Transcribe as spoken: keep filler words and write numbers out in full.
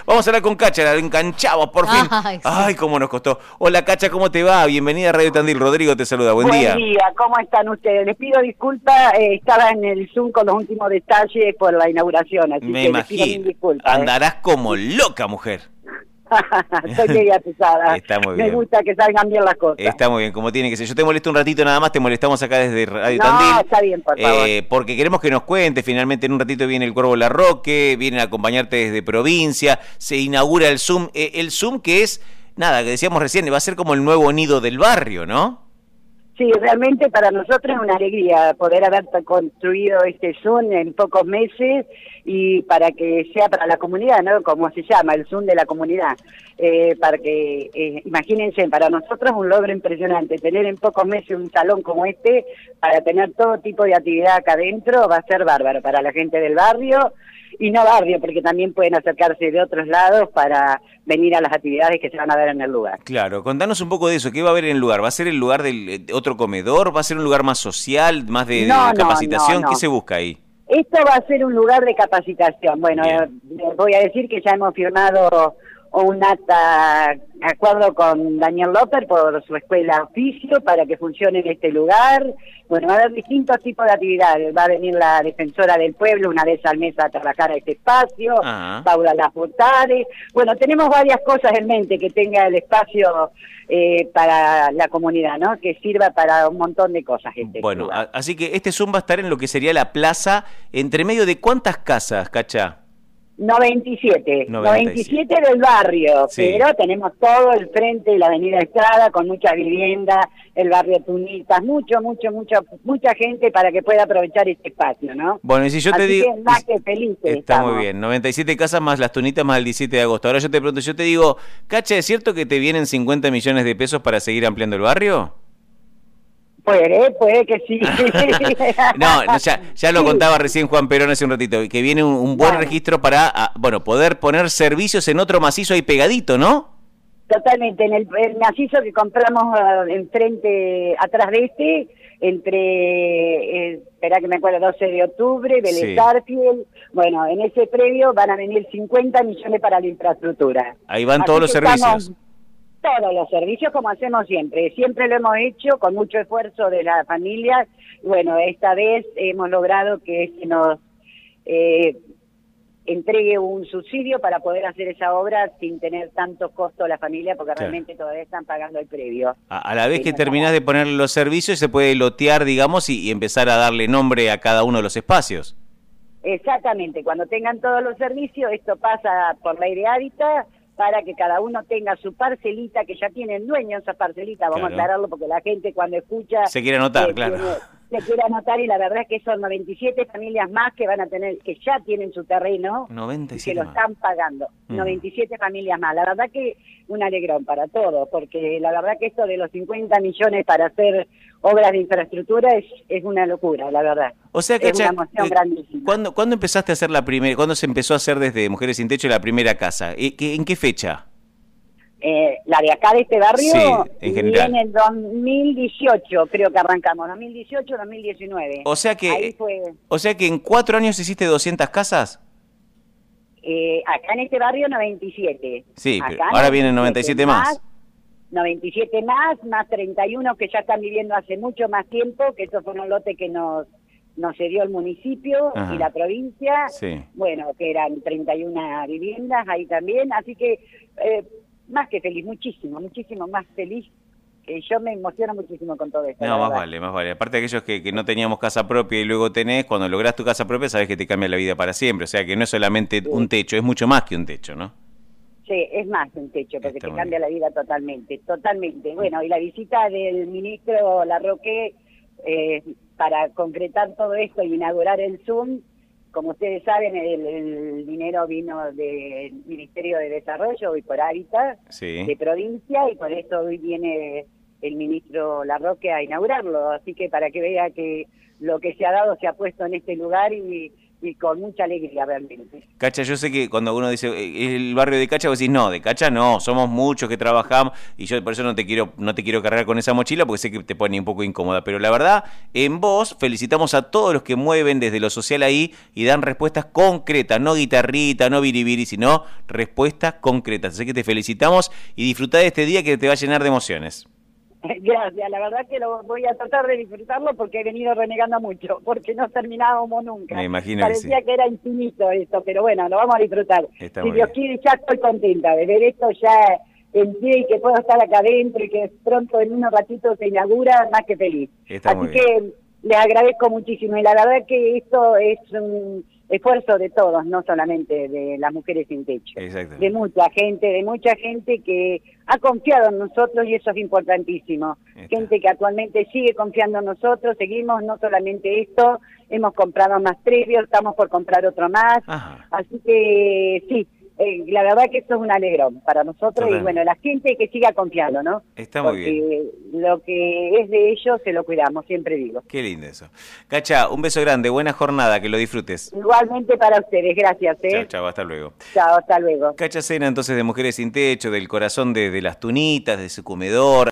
Vamos a hablar con Cacha, la enganchamos por fin. Ay, sí. Ay, cómo nos costó. Hola Cacha, ¿cómo te va? Bienvenida a Radio Tandil. Rodrigo te saluda, buen, Buen día. Buen día, ¿cómo están ustedes? Les pido disculpas, eh, estaba en el Zoom con los últimos detalles por la inauguración, así Me que les pido mil imagino. disculpas. Andarás eh. como loca, mujer. Estoy media pesada. Está muy Me bien. gusta que salgan bien las cosas. Está muy bien, como tiene que ser. Yo te molesto un ratito nada más, te molestamos acá desde Radio no, Tandil. No, está bien, por favor. Eh, porque queremos que nos cuentes, finalmente en un ratito viene el Cuervo Larroque, vienen a acompañarte desde provincia, se inaugura el Zoom. Eh, el Zoom que es, nada, que decíamos recién, va a ser como el nuevo nido del barrio, ¿no? Sí, realmente para nosotros es una alegría poder haber construido este Zoom en pocos meses y para que sea para la comunidad, ¿no? Como se llama, el Zoom de la comunidad. Eh, para que, eh, imagínense, para nosotros es un logro impresionante. Tener en pocos meses un salón como este, para tener todo tipo de actividad acá adentro, va a ser bárbaro para la gente del barrio. Y no barrio, porque también pueden acercarse de otros lados para venir a las actividades que se van a ver en el lugar. Claro, contanos un poco de eso. ¿Qué va a haber en el lugar? ¿Va a ser el lugar del de otro comedor? ¿Va a ser un lugar más social, más de, no, de capacitación? No, no, ¿Qué no. se busca ahí? Esto va a ser un lugar de capacitación. Bueno, eh, voy a decir que ya hemos firmado un acta, acuerdo con Daniel López por su escuela oficio para que funcione en este lugar. Bueno, va a haber distintos tipos de actividades. Va a venir la defensora del pueblo una vez al mes a trabajar a este espacio, Ajá. Paula Lafortade. Bueno, tenemos varias cosas en mente que tenga el espacio eh, para la comunidad, ¿no? Que sirva para un montón de cosas. Este bueno, lugar. A, así que este Zoom va a estar en lo que sería la plaza, entre medio de ¿cuántas casas, Cacha? noventa y siete, noventa y siete. noventa y siete del barrio, sí. Pero tenemos todo el frente de la avenida Estrada con muchas viviendas, el barrio Tunitas, mucho, mucho, mucho, mucha gente para que pueda aprovechar este espacio, ¿no? Bueno, y si yo Así te digo... que más que felices Está estamos. muy bien, noventa y siete casas más las Tunitas más el diecisiete de agosto. Ahora yo te pregunto, yo te digo, Cacha, ¿es cierto que te vienen cincuenta millones de pesos para seguir ampliando el barrio? Puede, puede que sí. no, no, ya, ya lo sí. contaba recién Juan Perón hace un ratito, que viene un, un buen bueno. registro para, a, bueno, poder poner servicios en otro macizo ahí pegadito, ¿no? Totalmente, en el, el macizo que compramos uh, enfrente, atrás de este, entre, eh, espera que me acuerdo, doce de octubre, Vélez Sarsfield, sí. Bueno, en ese predio van a venir cincuenta millones para la infraestructura. Ahí van Así todos los servicios. Estamos, todos los servicios como hacemos siempre, siempre lo hemos hecho con mucho esfuerzo de las familias. Bueno, esta vez hemos logrado que se nos eh, entregue un subsidio para poder hacer esa obra sin tener tanto costo a la familia, porque claro. realmente todavía están pagando el previo. A, a la vez que terminás de poner los servicios, se puede lotear, digamos, y, y empezar a darle nombre a cada uno de los espacios. Exactamente, cuando tengan todos los servicios, esto pasa por ley de hábitat, para que cada uno tenga su parcelita, que ya tienen dueño esa parcelita, vamos claro. a aclararlo porque la gente cuando escucha... Se quiere anotar, eh, claro. Tiene, se quiere anotar y la verdad es que son noventa y siete familias más que van a tener, que ya tienen su terreno, noventa y siete que lo están pagando, mm. noventa y siete familias más. La verdad que un alegrón para todos, porque la verdad que esto de los cincuenta millones para hacer obras de infraestructura es, es una locura, la verdad. O sea que es una emoción eh, grandísima. ¿cuándo, ¿Cuándo empezaste a hacer la primera, cuándo se empezó a hacer desde Mujeres Sin Techo la primera casa? ¿En qué fecha? Eh, la de acá de este barrio, sí, en general. En el dos mil dieciocho creo que arrancamos, dos mil dieciocho, dos mil diecinueve. O sea que, Ahí fue, o sea que en cuatro años hiciste doscientas casas. Eh, acá en este barrio noventa y siete. Sí, pero ahora vienen noventa y siete más. más. noventa y siete más, más treinta y uno que ya están viviendo hace mucho más tiempo, que eso fue un lote que nos nos cedió el municipio Ajá. y la provincia. Sí. Bueno, que eran treinta y una viviendas ahí también, así que eh, más que feliz, muchísimo, muchísimo más feliz. Que yo me emociono muchísimo con todo esto. No, más vale, más vale. Aparte de aquellos que, que no teníamos casa propia y luego tenés, cuando lográs tu casa propia, sabés que te cambia la vida para siempre. O sea, que no es solamente sí. un techo, es mucho más que un techo, ¿no? Sí, es más que un techo, porque Está te cambia bien. la vida totalmente, totalmente. Bueno, y la visita del ministro Larroque eh, para concretar todo esto y inaugurar el Zoom, como ustedes saben, el, el dinero vino del Ministerio de Desarrollo y por Hábitat sí. de provincia, y por eso hoy viene el ministro Larroque a inaugurarlo. Así que para que vea que lo que se ha dado se ha puesto en este lugar y y con mucha alegría realmente. Cacha, yo sé que cuando uno dice eh, el barrio de Cacha, vos decís, no, de Cacha no, somos muchos que trabajamos, y yo por eso no te quiero no te quiero cargar con esa mochila, porque sé que te pone un poco incómoda, pero la verdad, en vos felicitamos a todos los que mueven desde lo social ahí y dan respuestas concretas, no guitarrita, no biribiri, sino respuestas concretas. Así que te felicitamos y disfrutá de este día que te va a llenar de emociones. Gracias, la verdad que lo voy a tratar de disfrutarlo porque he venido renegando mucho, porque no terminábamos nunca. Me imagino Parecía que sí. que era infinito esto, pero bueno, lo vamos a disfrutar. Está Si muy Dios bien. quiere, ya estoy contenta de ver esto ya en pie y que puedo estar acá adentro y que pronto en unos ratitos se inaugura, más que feliz. Está Así muy que les agradezco muchísimo y la verdad que esto es un esfuerzo de todos, no solamente de las mujeres sin techo, Exactamente. de mucha gente, de mucha gente que ha confiado en nosotros y eso es importantísimo. Está. Gente que actualmente sigue confiando en nosotros, seguimos no solamente esto, hemos comprado más previos, estamos por comprar otro más, Ajá. así que sí, eh, la verdad que esto es un alegrón para nosotros. Totalmente. Y bueno, la gente que siga confiando, ¿no? Está muy Porque bien. lo que es de ellos se lo cuidamos, siempre digo. Qué lindo eso. Cacha, un beso grande, buena jornada, que lo disfrutes. Igualmente para ustedes, gracias. ¿eh? Chao, chao, hasta luego. Chao, hasta luego. Cacha Sena, entonces, de Mujeres Sin Techo, del corazón de, de las Tunitas, de su comedor.